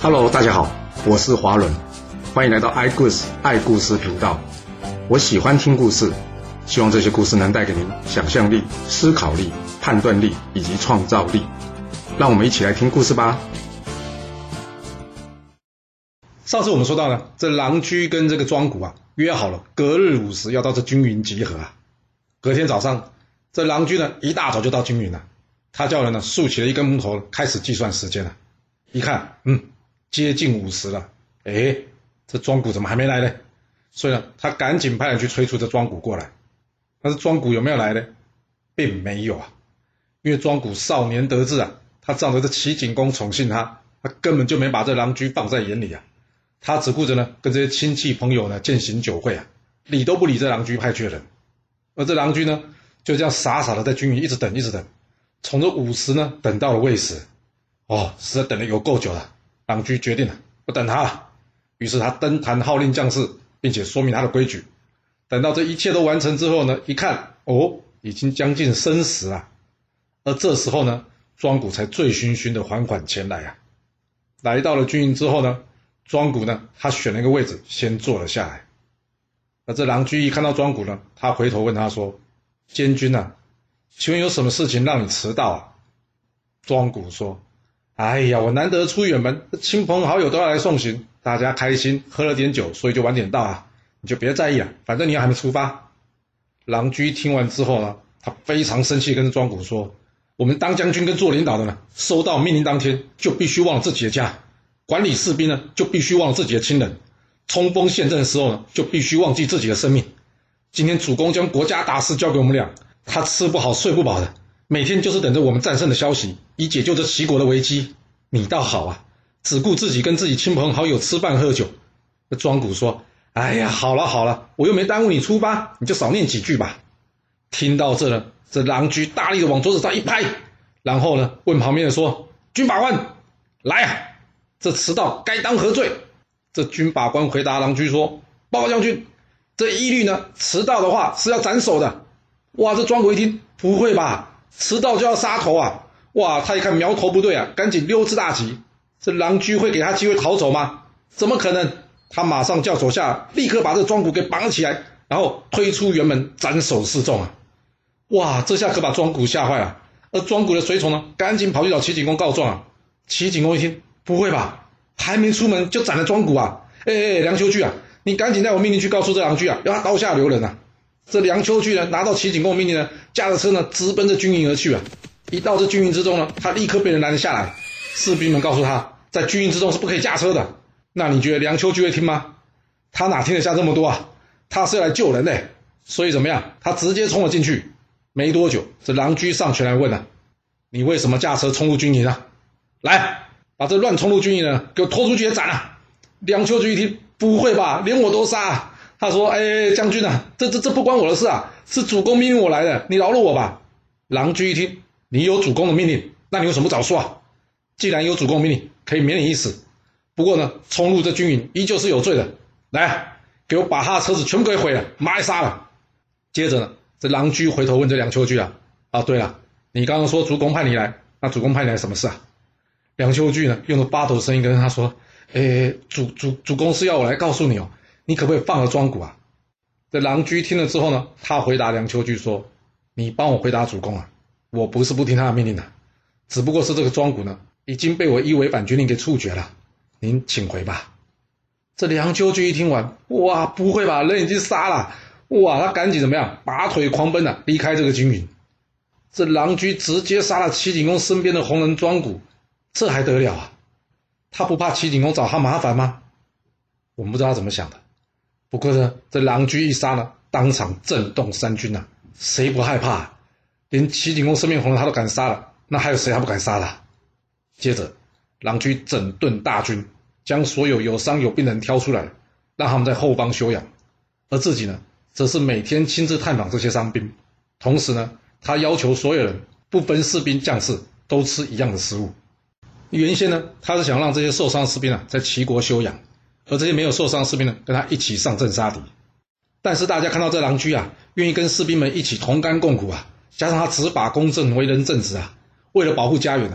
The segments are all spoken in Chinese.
Hello， 大家好，我是华伦，欢迎来到爱故事爱故事频道。我喜欢听故事，希望这些故事能带给您想象力、思考力、判断力以及创造力。让我们一起来听故事吧。 上次我们说到呢，这郎居跟这个庄古啊约好了，隔日午时要到这军营集合啊。隔天早上，这郎居呢一大早就到军营了，他叫人呢竖起了一根木头，开始计算时间了。一看，接近午时了，这庄古怎么还没来呢？所以呢，他赶紧派人去催促这庄古过来。但是庄古有没有来呢？并没有啊，因为庄古少年得志啊，他仗着这齐景公宠幸他，他根本就没把这郎居放在眼里啊。他只顾着呢跟这些亲戚朋友呢饯行酒会啊，理都不理这郎居派去的人。而这郎居呢，就这样傻傻的在军营一直等，从这午时呢等到了未时。实在等了有够久了，郎居决定了不等他了。于是他登坛号令将士，并且说明他的规矩。等到这一切都完成之后呢，一看，已经将近申时了。而这时候呢，庄古才醉醺醺的缓缓前来啊。来到了军营之后呢，庄古呢，他选了一个位置先坐了下来。而这郎居一看到庄古呢，他回头问他说：“监军啊，请问有什么事情让你迟到啊？”庄古说：“哎呀，我难得出远门，亲朋好友都要来送行，大家开心，喝了点酒，所以就晚点到啊，你就别在意了，反正你还没出发。”郎居听完之后呢，他非常生气，跟庄古说：“我们当将军跟做领导的呢，收到命令当天就必须忘了自己的家，管理士兵呢就必须忘了自己的亲人，冲锋陷阵的时候呢就必须忘记自己的生命。今天主公将国家大事交给我们俩，他吃不好睡不饱的，每天就是等着我们战胜的消息，以解救这齐国的危机。你倒好啊，只顾自己跟自己亲朋好友吃饭喝酒。”庄古说：“哎呀，好了，我又没耽误你出发，你就少念几句吧。”听到这呢，这郎居大力的往桌子上一拍，然后呢问旁边的说：“军法官，来啊，这迟到该当何罪？”这军法官回答郎居说：“报告将军，这一律呢迟到的话是要斩首的。”哇，这庄古一听，不会吧，迟到就要杀头啊？哇，他一看苗头不对啊，赶紧溜之大吉。这郎居会给他机会逃走吗？怎么可能？他马上叫手下立刻把这庄古给绑了起来，然后推出辕门斩首示众啊！哇，这下可把庄古吓坏了。而庄古的随从呢，赶紧跑去找齐景公告状啊。齐景公一听，不会吧，还没出门就斩了庄古啊？梁丘据啊，你赶紧带我命令去告诉这郎居啊，要他刀下留人啊！这梁丘据呢，拿到齐景公的命令呢，驾着车呢，直奔着军营而去啊。一到这军营之中呢，他立刻被人拦了下来。士兵们告诉他，在军营之中是不可以驾车的。那你觉得梁丘据会听吗？他哪听得下这么多啊？他是要来救人的，所以怎么样？他直接冲了进去。没多久，这郎居上前来问了：“你为什么驾车冲入军营啊？来，把这乱冲入军营的给我拖出去也斩了。”梁丘据一听，不会吧，连我都杀啊？他说：“将军啊，这不关我的事啊，是主公命令我来的，你饶了我吧。”郎居一听，你有主公的命令，那你为什么不早说啊？既然有主公命令，可以免你一死。不过呢，冲入这军营依旧是有罪的。来，给我把他的车子全部给毁了，马上杀了。接着呢，这郎居回头问这梁丘据啊，对了，你刚刚说主公派你来，那主公派你来什么事啊？梁丘据呢，用了发抖的声音跟他说：“主公是要我来告诉你哦，你可不可以放了庄古啊？”这郎居听了之后呢，他回答梁丘据说：“你帮我回答主公啊，我不是不听他的命令的，只不过是这个庄古呢，已经被我依违反军令给处决了，您请回吧。”这梁丘据一听完，哇，不会吧，人已经杀了。哇，他赶紧怎么样，拔腿狂奔啊，离开这个军营。这郎居直接杀了齐景公身边的红人庄古，这还得了啊？他不怕齐景公找他麻烦吗？我们不知道他怎么想的。不过呢，这郎居一杀呢，当场震动三军啊，谁不害怕啊？连齐景公身边红人他都敢杀了，那还有谁还不敢杀了？接着，郎居整顿大军，将所有有伤有病的人挑出来，让他们在后方休养，而自己呢，则是每天亲自探访这些伤兵。同时呢，他要求所有人不分士兵将士都吃一样的食物。原先呢，他是想让这些受伤士兵啊在齐国休养，而这些没有受伤士兵呢，跟他一起上阵杀敌。但是大家看到这郎居啊，愿意跟士兵们一起同甘共苦啊，加上他执法公正、为人正直啊，为了保护家园啊，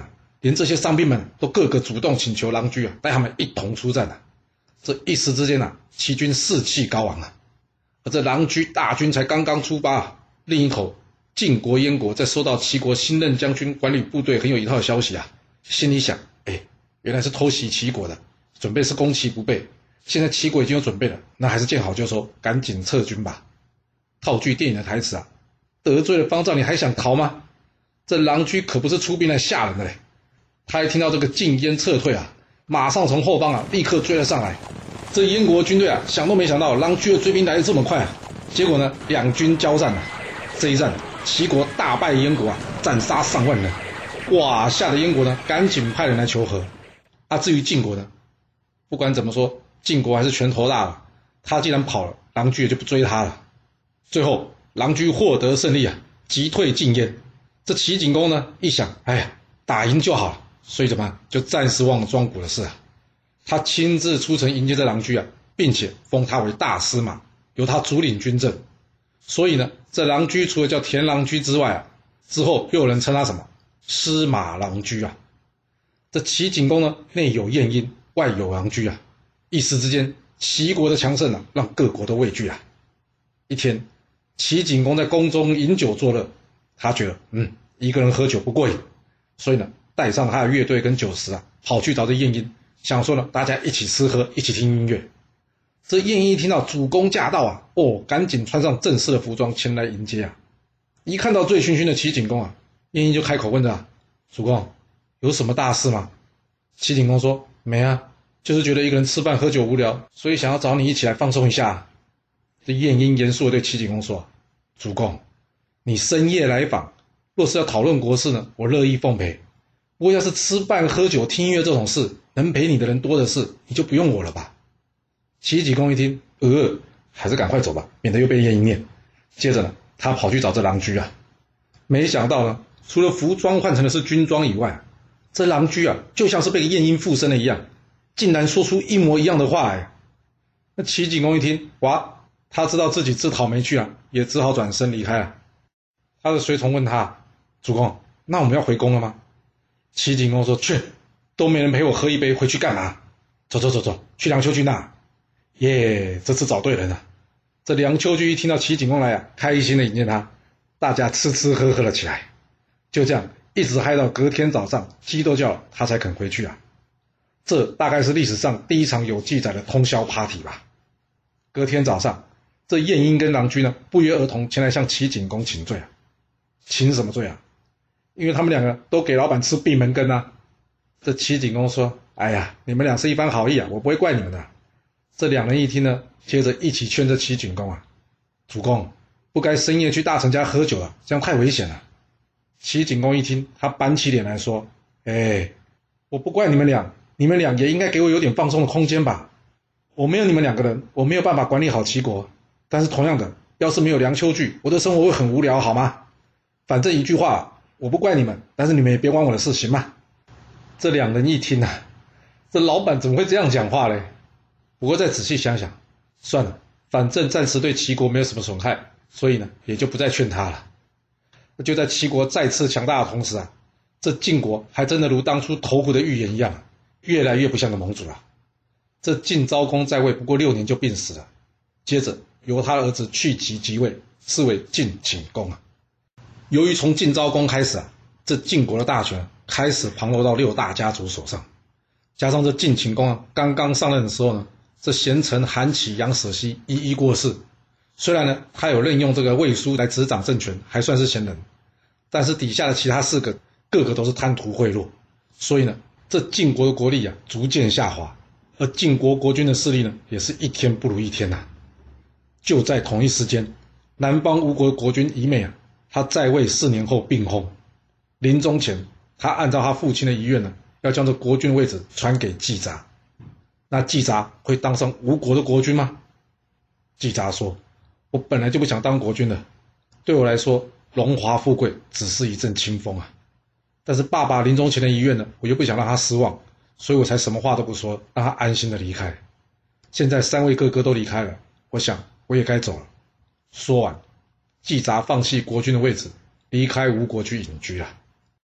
连这些伤兵们都个个主动请求郎居带他们一同出战啊。这一时之间齐军士气高昂啊。而这郎居大军才刚刚出发另一口晋国燕国在收到齐国新任将军管理部队很有一套的消息心里想，原来是偷袭齐国的，准备是攻其不备。现在齐国已经有准备了，那还是见好就收，赶紧撤军吧。套句电影的台词得罪了方丈你还想逃吗？这郎居可不是出兵来吓人的嘞。他一听到这个晋燕撤退马上从后方立刻追了上来。这燕国军队想都没想到郎居的追兵来得这么快结果呢，两军交战这一战齐国大败燕国斩杀上万人。哇，吓得燕国呢赶紧派人来求和。至于晋国呢，不管怎么说晋国还是拳头大了，他既然跑了，郎居也就不追他了。最后郎居获得胜利击退晋燕。这齐景公呢一想，打赢就好了，所以怎么就暂时忘了庄谷的事他亲自出城迎接这郎居并且封他为大司马，由他主领军政。所以呢，这郎居除了叫田郎居之外之后又有人称他什么司马郎居这齐景公呢内有晏婴，外有郎居一时之间齐国的强盛让各国都畏惧一天，齐景公在宫中饮酒作乐，他觉得一个人喝酒不过瘾，所以呢带上他的乐队跟酒食跑去找这晏婴，想说呢大家一起吃喝，一起听音乐。这晏婴一听到主公驾到赶紧穿上正式的服装前来迎接一看到醉醺醺的齐景公晏婴就开口问着主公有什么大事吗？齐景公说没就是觉得一个人吃饭喝酒无聊，所以想要找你一起来放松一下。这晏婴严肃地对齐景公说，主公你深夜来访，若是要讨论国事呢，我乐意奉陪。不过要是吃饭喝酒听音乐这种事，能陪你的人多的是，你就不用我了吧。齐景公一听还是赶快走吧，免得又被晏婴念。接着呢他跑去找这郎居没想到呢除了服装换成的是军装以外这郎居就像是被晏婴附身了一样，竟然说出一模一样的话那齐景公一听，哇，他知道自己自讨没趣也只好转身离开了。他的随从问他，主公，那我们要回宫了吗？齐景公说，去，都没人陪我喝一杯，回去干嘛？走，去梁丘郡耶，这次找对人了。这梁丘郡一听到齐景公来开心的迎接他，大家吃吃喝喝了起来。就这样一直嗨到隔天早上鸡都叫了，他才肯回去这大概是历史上第一场有记载的通宵 party 吧。隔天早上，这晏婴跟郎居呢不约而同前来向齐景公请罪请什么罪因为他们两个都给老板吃闭门羹这齐景公说，哎呀，你们俩是一番好意我不会怪你们的。这两人一听呢，接着一起劝这齐景公主公不该深夜去大臣家喝酒了，这样太危险了。齐景公一听，他板起脸来说，我不怪你们俩，你们俩也应该给我有点放松的空间吧。我没有你们两个人，我没有办法管理好齐国，但是同样的，要是没有梁丘郡，我的生活会很无聊好吗？反正一句话，我不怪你们，但是你们也别管我的事行吗？这两人一听这老板怎么会这样讲话嘞？不过再仔细想想，算了，反正暂时对齐国没有什么损害，所以呢也就不再劝他了。就在齐国再次强大的同时这晋国还真的如当初头虎的预言一样越来越不像个盟主了。这晋昭公在位不过6年就病死了，接着由他儿子去疾即位，是为晋景公由于从晋昭公开始这晋国的大权开始旁落到6大家族手上，加上这晋景公刚刚上任的时候呢，这贤臣韩起、杨舍西一一过世。虽然呢他有任用这个魏书来执掌政权，还算是贤人，但是底下的其他4个个个都是贪图贿赂，所以呢这晋国的国力逐渐下滑，而晋国国君的势力呢也是一天不如一天就在同一时间，南方吴国国君夷美他在位4年后病薨，临终前他按照他父亲的遗愿呢，要将这国君的位置传给季札。那季札会当上吴国的国君吗？季札说，我本来就不想当国君的，对我来说荣华富贵只是一阵清风但是爸爸临终前的遗愿呢，我又不想让他失望，所以我才什么话都不说，让他安心的离开。现在3位哥哥都离开了，我想我也该走了。说完，季札放弃国君的位置，离开吴国去隐居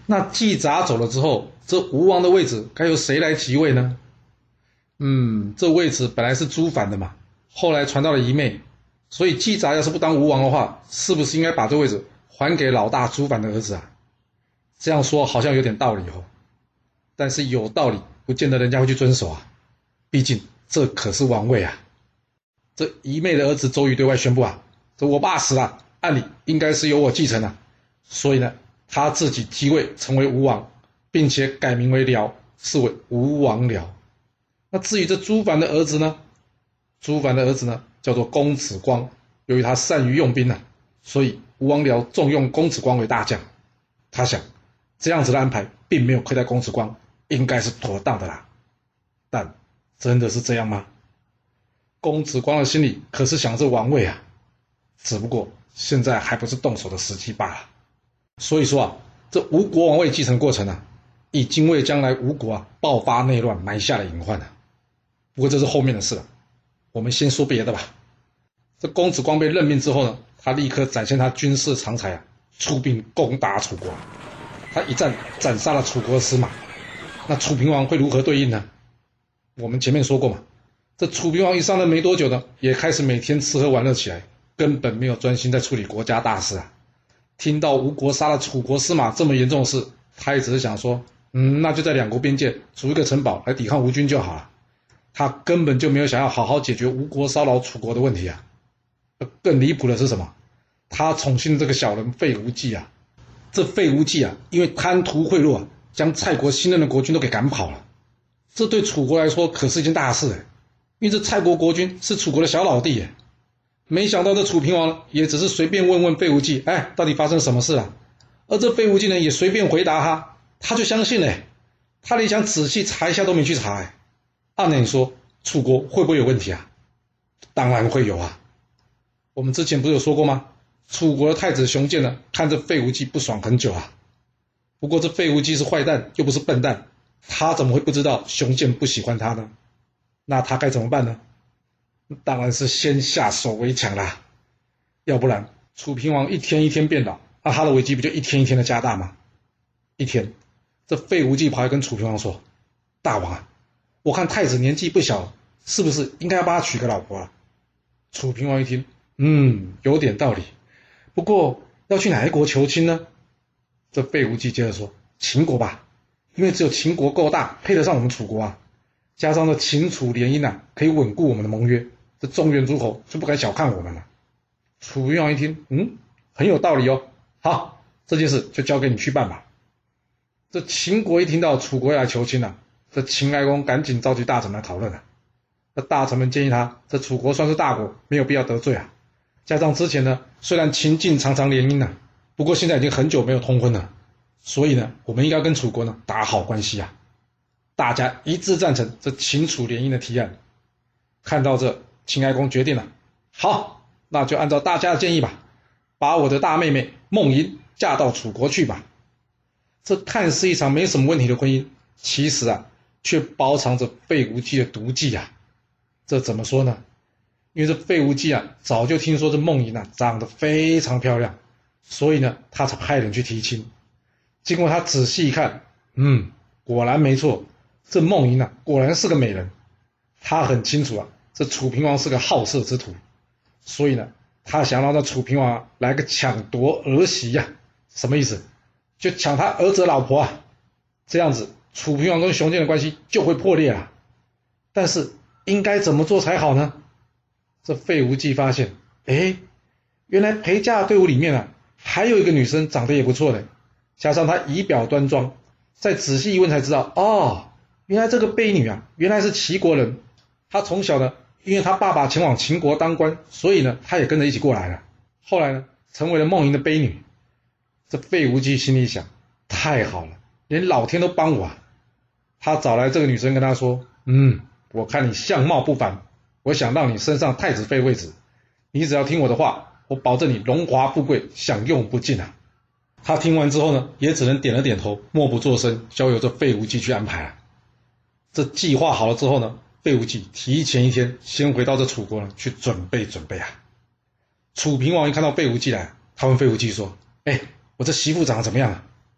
那季札走了之后，这吴王的位置该由谁来即位呢？这位置本来是朱凡的嘛，后来传到了仪妹，所以季札要是不当吴王的话，是不是应该把这位置还给老大朱凡的儿子啊？这样说好像有点道理哦，但是有道理不见得人家会去遵守啊，毕竟这可是王位啊。这仪妹的儿子周瑜对外宣布啊，这我爸死了，按理应该是由我继承啊，所以呢，他自己即位成为吴王，并且改名为辽，是为吴王僚。那至于这朱凡的儿子呢？朱凡的儿子呢叫做公子光，由于他善于用兵啊，所以吴王僚重用公子光为大将。他想，这样子的安排并没有亏待公子光，应该是妥当的啦。但真的是这样吗？公子光的心里可是想着王位啊，只不过现在还不是动手的时机罢了。所以说啊，这吴国王位继承过程啊，已经为将来吴国啊爆发内乱埋下了隐患啊。不过这是后面的事了，我们先说别的吧。这公子光被任命之后呢，他立刻展现他军事长才啊，出兵攻打楚国。他一战斩杀了楚国的司马。那楚平王会如何对应呢？我们前面说过嘛，这楚平王一上任没多久呢，也开始每天吃喝玩乐起来，根本没有专心在处理国家大事啊。听到吴国杀了楚国司马这么严重的事，他也只是想说，那就在两国边界筑一个城堡来抵抗吴军就好了。他根本就没有想要好好解决吴国骚扰楚国的问题啊。更离谱的是什么？他宠信这个小人费无忌啊。这费无忌啊，因为贪图贿赂啊，将蔡国新任的国君都给赶跑了。这对楚国来说可是一件大事哎，因为这蔡国国君是楚国的小老弟哎。没想到这楚平王也只是随便问问费无忌，到底发生什么事了？而这费无忌呢，也随便回答他就相信了。他连想仔细查一下都没去查。按理说楚国会不会有问题啊？当然会有啊。我们之前不是有说过吗？楚国的太子熊建呢，看着费无忌不爽很久啊。不过这费无忌是坏蛋，又不是笨蛋，他怎么会不知道熊建不喜欢他呢？那他该怎么办呢？当然是先下手为强啦。要不然楚平王一天一天变老，他的危机不就一天一天的加大吗？一天，这费无忌跑来跟楚平王说，大王啊，我看太子年纪不小，是不是应该要帮他娶个老婆啊？楚平王一听，有点道理。不过要去哪一国求亲呢？这费无忌接着说，秦国吧，因为只有秦国够大，配得上我们楚国啊。加上这秦楚联姻啊，可以稳固我们的盟约，这中原诸侯就不敢小看我们了。楚平王一听，很有道理哦。好，这件事就交给你去办吧。这秦国一听到楚国要来求亲啊，这秦哀公赶紧召集大臣来讨论啊。那大臣们建议他，这楚国算是大国，没有必要得罪啊。加上之前呢，虽然秦晋常常联姻啊，不过现在已经很久没有通婚了，所以呢，我们应该跟楚国呢打好关系啊。大家一致赞成这秦楚联姻的提案。看到这，秦哀公决定了，好，那就按照大家的建议吧，把我的大妹妹孟莹嫁到楚国去吧。这看似一场没什么问题的婚姻，其实啊，却包藏着费无忌的毒计啊。这怎么说呢？因为这费无忌啊，早就听说这孟莹啊长得非常漂亮，所以呢，他才派人去提亲。经过他仔细一看，果然没错，这孟莹啊，果然是个美人。他很清楚啊，这楚平王是个好色之徒，所以呢，他想让这楚平王啊来个抢夺儿媳呀。什么意思？就抢他儿子的老婆啊。这样子，楚平王跟熊建的关系就会破裂啊。但是应该怎么做才好呢？这费无忌发现，原来陪嫁的队伍里面啊，还有一个女生长得也不错的，加上她仪表端庄，再仔细一问才知道，原来这个婢女啊，原来是齐国人。她从小呢，因为她爸爸前往秦国当官，所以呢，她也跟着一起过来了。后来呢，成为了孟莹的婢女。这费无忌心里想，太好了，连老天都帮我啊。他找来这个女生跟她说，我看你相貌不凡，我想让你升上太子妃位置，你只要听我的话，我保证你荣华富贵，享用不尽啊。他听完之后呢，也只能点了点头，默不作声，交由这费无忌去安排啊。这计划好了之后呢，费无忌提前一天先回到这楚国呢去准备啊。楚平王一看到费无忌来，他问费无忌说，我这媳妇长得怎么样啊？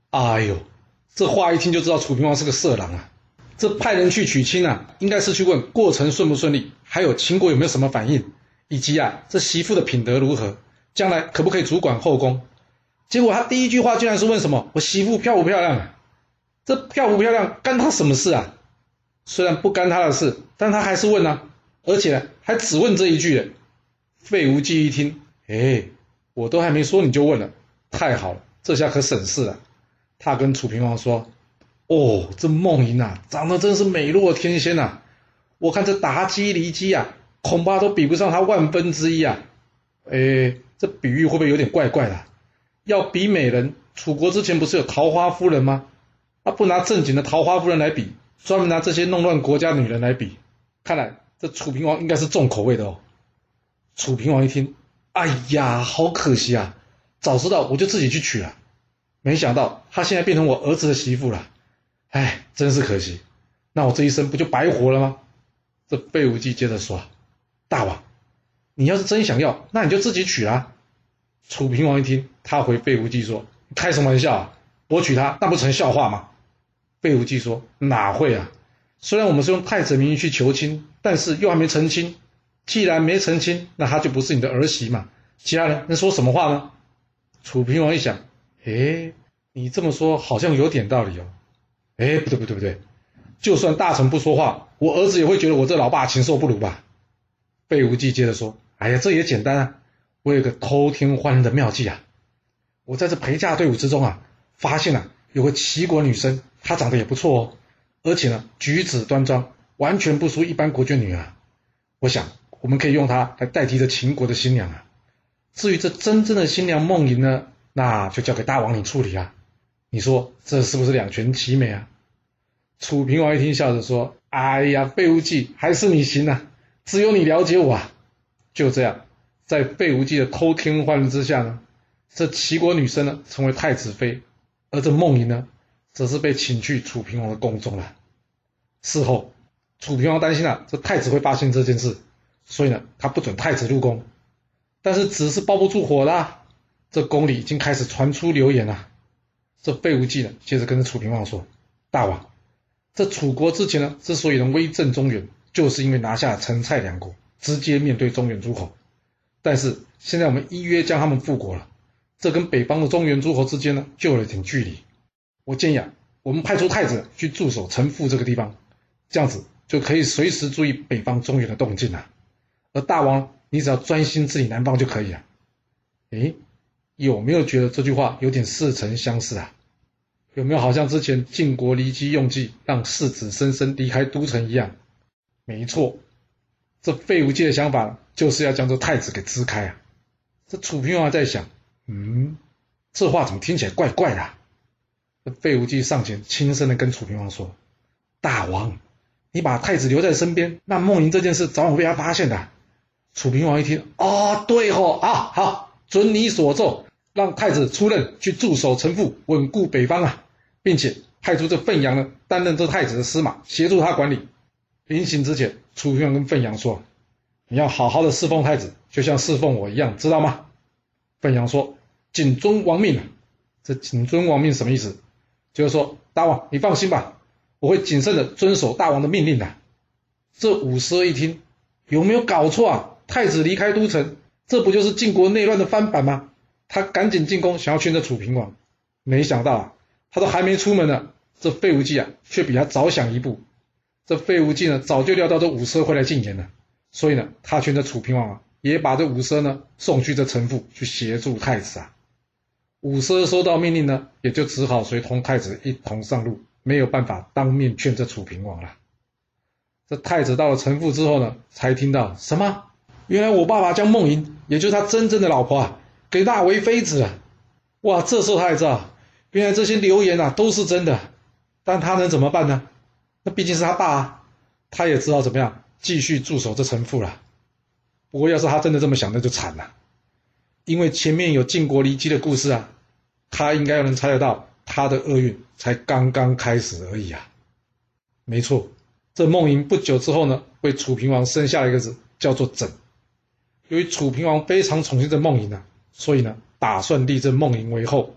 哎呦，这话一听就知道楚平王是个色狼啊！这派人去娶亲啊，应该是去问过程顺不顺利，还有秦国有没有什么反应，以及这媳妇的品德如何，将来可不可以主管后宫。结果他第一句话居然是问什么我媳妇漂不漂亮啊？这漂不漂亮干他什么事啊？虽然不干他的事，但他还是问啊，而且还只问这一句。费无忌一听，我都还没说你就问了，太好了，这下可省事了。他跟楚平王说，这孟莹啊，长得真是美若天仙啊，我看这妲己骊姬啊，恐怕都比不上她万分之一啊。这比喻会不会有点怪怪的？要比美人，楚国之前不是有桃花夫人吗？不拿正经的桃花夫人来比，专门拿这些弄乱国家的女人来比，看来这楚平王应该是重口味的哦。楚平王一听，哎呀，好可惜啊，早知道我就自己去娶了，没想到她现在变成我儿子的媳妇了，真是可惜，那我这一生不就白活了吗？这费无忌接着说，大王，你要是真想要，那你就自己娶啊。楚平王一听，他回费无忌说，开什么玩笑啊，我娶她那不成笑话吗？费无忌说，哪会啊，虽然我们是用太子名义去求亲，但是又还没成亲，既然没成亲，那她就不是你的儿媳嘛，其他人能说什么话呢？楚平王一想，你这么说好像有点道理哦。不对，就算大臣不说话，我儿子也会觉得我这老爸禽兽不如吧。费无忌接着说，这也简单啊，我有个偷天换日的妙计啊。我在这陪嫁队伍之中啊，发现有个齐国女生，她长得也不错哦，而且呢举止端庄，完全不输一般国君女啊。我想我们可以用她来代替这秦国的新娘啊。至于这真正的新娘孟莹呢，那就交给大王你处理啊。你说这是不是两全其美啊？楚平王一听笑着说，哎呀，费无忌还是你行啊，只有你了解我啊。就这样，在费无忌的偷天换日之下呢，这齐国女生呢成为太子妃，而这孟莹呢则是被请去楚平王的宫中了。事后楚平王担心这太子会发现这件事，所以呢他不准太子入宫，但是纸是包不住火啦，这宫里已经开始传出流言了。这费无忌呢接着跟楚平王说，大王，这楚国之前呢之所以能威震中原，就是因为拿下陈蔡两国，直接面对中原诸侯，但是现在我们依约将他们复国了，这跟北方的中原诸侯之间呢就有了点距离。我建议我们派出太子去驻守陈父这个地方，这样子就可以随时注意北方中原的动静了，而大王你只要专心治理南方就可以了。有没有觉得这句话有点似曾相识啊？有没有好像之前晋国骊姬用计让世子申生离开都城一样？没错，这费无忌的想法就是要将这太子给支开啊。这楚平王在想，这话怎么听起来怪怪的啊？这费无忌上前轻声的跟楚平王说，大王，你把太子留在身边，那孟莹这件事早晚被他发现的。楚平王一听，对哦，好，准你所奏，让太子出任去驻守陈父，稳固北方啊，并且派出这范阳呢担任这太子的司马，协助他管理。临行之前，楚平王跟范阳说，你要好好的侍奉太子，就像侍奉我一样，知道吗？范阳说，谨遵王命。这谨遵王命什么意思？就是说，大王你放心吧，我会谨慎的遵守大王的命令的。这武士一听，有没有搞错啊？太子离开都城，这不就是晋国内乱的翻版吗？他赶紧进宫想要劝这楚平王，没想到他都还没出门呢，这费无忌却比他早想一步。这费无忌呢早就料到这武奢会来进言了，所以呢他劝这楚平王也把这武奢呢送去这陈父去协助太子啊。武奢收到命令呢，也就只好随同太子一同上路，没有办法当面劝这楚平王了。这太子到了陈父之后呢，才听到什么？原来我爸爸将孟莹，也就是他真正的老婆给纳为妃子了。哇，这时候他才知道，原来这些流言都是真的。但他能怎么办呢？那毕竟是他爸他也知道怎么样继续驻守这陈父了。不过要是他真的这么想，那就惨了。因为前面有晋国骊姬的故事他应该能猜得到，他的厄运才刚刚开始而已没错，这孟莹不久之后呢，为楚平王生下了一个子，叫做枕。由于楚平王非常宠幸这孟莹所以呢，打算立这孟莹为后。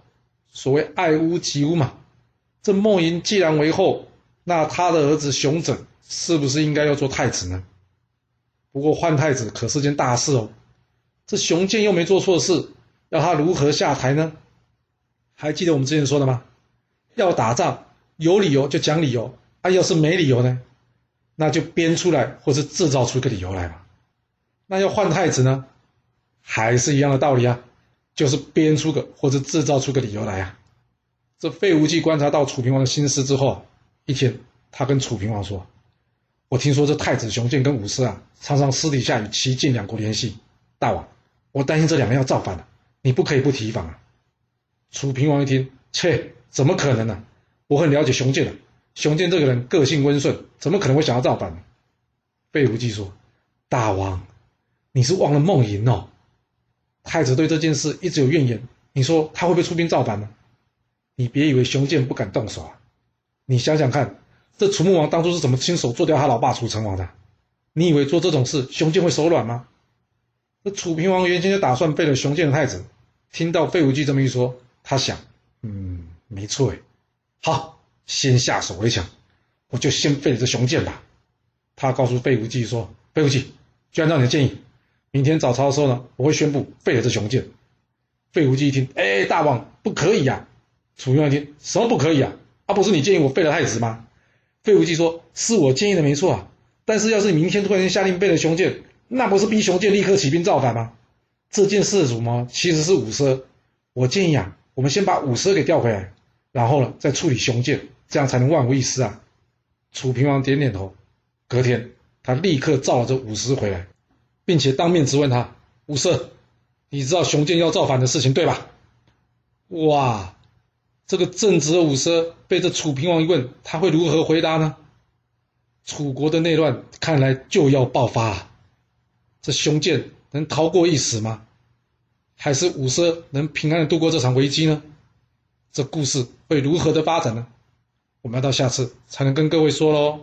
所谓爱屋及乌嘛，这孟莹既然为后，那他的儿子熊整是不是应该要做太子呢？不过换太子可是件大事哦，这熊建又没做错事，要他如何下台呢？还记得我们之前说的吗？要打仗有理由就讲理由，要是没理由呢，那就编出来或是制造出一个理由来嘛。那要换太子呢，还是一样的道理啊，就是编出个或者制造出个理由来啊。这费无忌观察到楚平王的心思之后，一天他跟楚平王说，我听说这太子熊建跟武奢常常私底下与齐晋两国联系，大王，我担心这两个要造反了，你不可以不提防啊。楚平王一听，切，怎么可能呢？我很了解熊建的，熊建这个人个性温顺，怎么可能会想要造反呢？费无忌说，大王，你是忘了孟莹哦，太子对这件事一直有怨言，你说他会不会出兵造反呢？你别以为熊建不敢动手啊，你想想看，这楚穆王当初是怎么亲手做掉他老爸楚成王的？你以为做这种事熊建会手软吗？这楚平王原先就打算废了熊建的太子，听到费无忌这么一说，他想，没错诶，好，先下手为强，我就先废了这熊建吧。他告诉费无忌说，费无忌，就按照你的建议，明天早朝的时候呢，我会宣布废了这熊建。费无忌一听，大王不可以啊！楚平王一听，什么不可以啊？不是你建议我废了太子吗？费无忌说，是我建议的没错啊，但是要是你明天突然间下令废了熊建，那不是逼熊建立刻起兵造反吗？这件事主谋其实是武奢，我建议我们先把武奢给调回来，然后呢再处理熊建，这样才能万无一失啊。楚平王点点头，隔天他立刻召了这武奢回来，并且当面质问他，武奢，你知道熊建要造反的事情对吧？哇，这个正直的武奢被这楚平王一问，他会如何回答呢？楚国的内乱看来就要爆发啊，这熊建能逃过一死吗？还是武奢能平安的度过这场危机呢？这故事会如何的发展呢？我们要到下次才能跟各位说咯。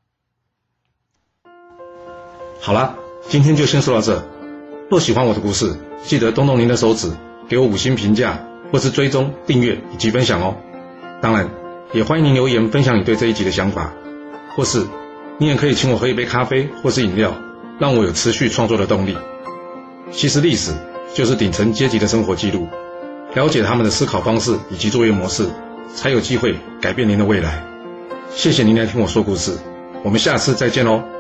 好啦，今天就先说到这。若喜欢我的故事，记得动动您的手指，给我5星评价，或是追踪、订阅以及分享哦。当然，也欢迎您留言分享你对这一集的想法，或是你也可以请我喝一杯咖啡或是饮料，让我有持续创作的动力。其实历史就是顶层阶级的生活记录，了解他们的思考方式以及作业模式，才有机会改变您的未来。谢谢您来听我说故事，我们下次再见咯。